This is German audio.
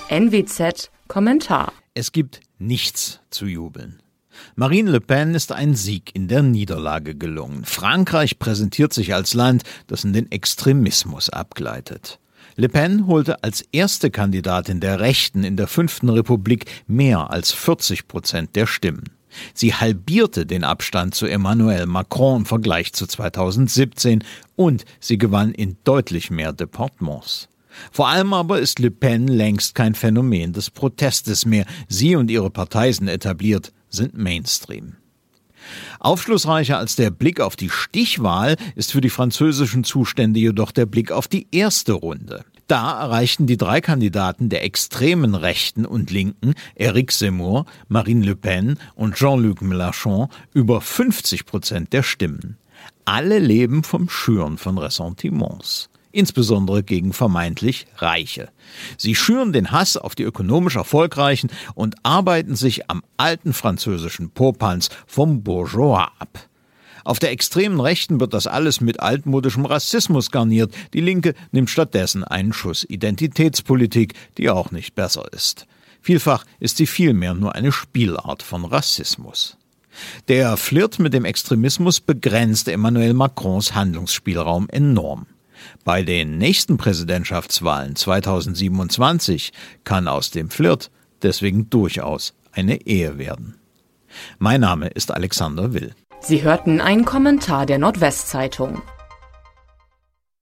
NWZ Kommentar. Es gibt nichts zu jubeln. Marine Le Pen ist ein Sieg in der Niederlage gelungen. Frankreich präsentiert sich als Land, das in den Extremismus abgleitet. Le Pen holte als erste Kandidatin der Rechten in der 5. Republik mehr als 40% der Stimmen. Sie halbierte den Abstand zu Emmanuel Macron im Vergleich zu 2017 und sie gewann in deutlich mehr Departements. Vor allem aber ist Le Pen längst kein Phänomen des Protestes mehr. Sie und ihre Partei sind etabliert, sind Mainstream. Aufschlussreicher als der Blick auf die Stichwahl ist für die französischen Zustände jedoch der Blick auf die erste Runde. Da erreichten die 3 Kandidaten der extremen Rechten und Linken, Éric Zemmour, Marine Le Pen und Jean-Luc Mélenchon, über 50% der Stimmen. Alle leben vom Schüren von Ressentiments. Insbesondere gegen vermeintlich Reiche. Sie schüren den Hass auf die ökonomisch Erfolgreichen und arbeiten sich am alten französischen Popanz vom Bourgeois ab. Auf der extremen Rechten wird das alles mit altmodischem Rassismus garniert. Die Linke nimmt stattdessen einen Schuss Identitätspolitik, die auch nicht besser ist. Vielfach ist sie vielmehr nur eine Spielart von Rassismus. Der Flirt mit dem Extremismus begrenzt Emmanuel Macrons Handlungsspielraum enorm. Bei den nächsten Präsidentschaftswahlen 2027 kann aus dem Flirt deswegen durchaus eine Ehe werden. Mein Name ist Alexander Will. Sie hörten einen Kommentar der Nordwestzeitung.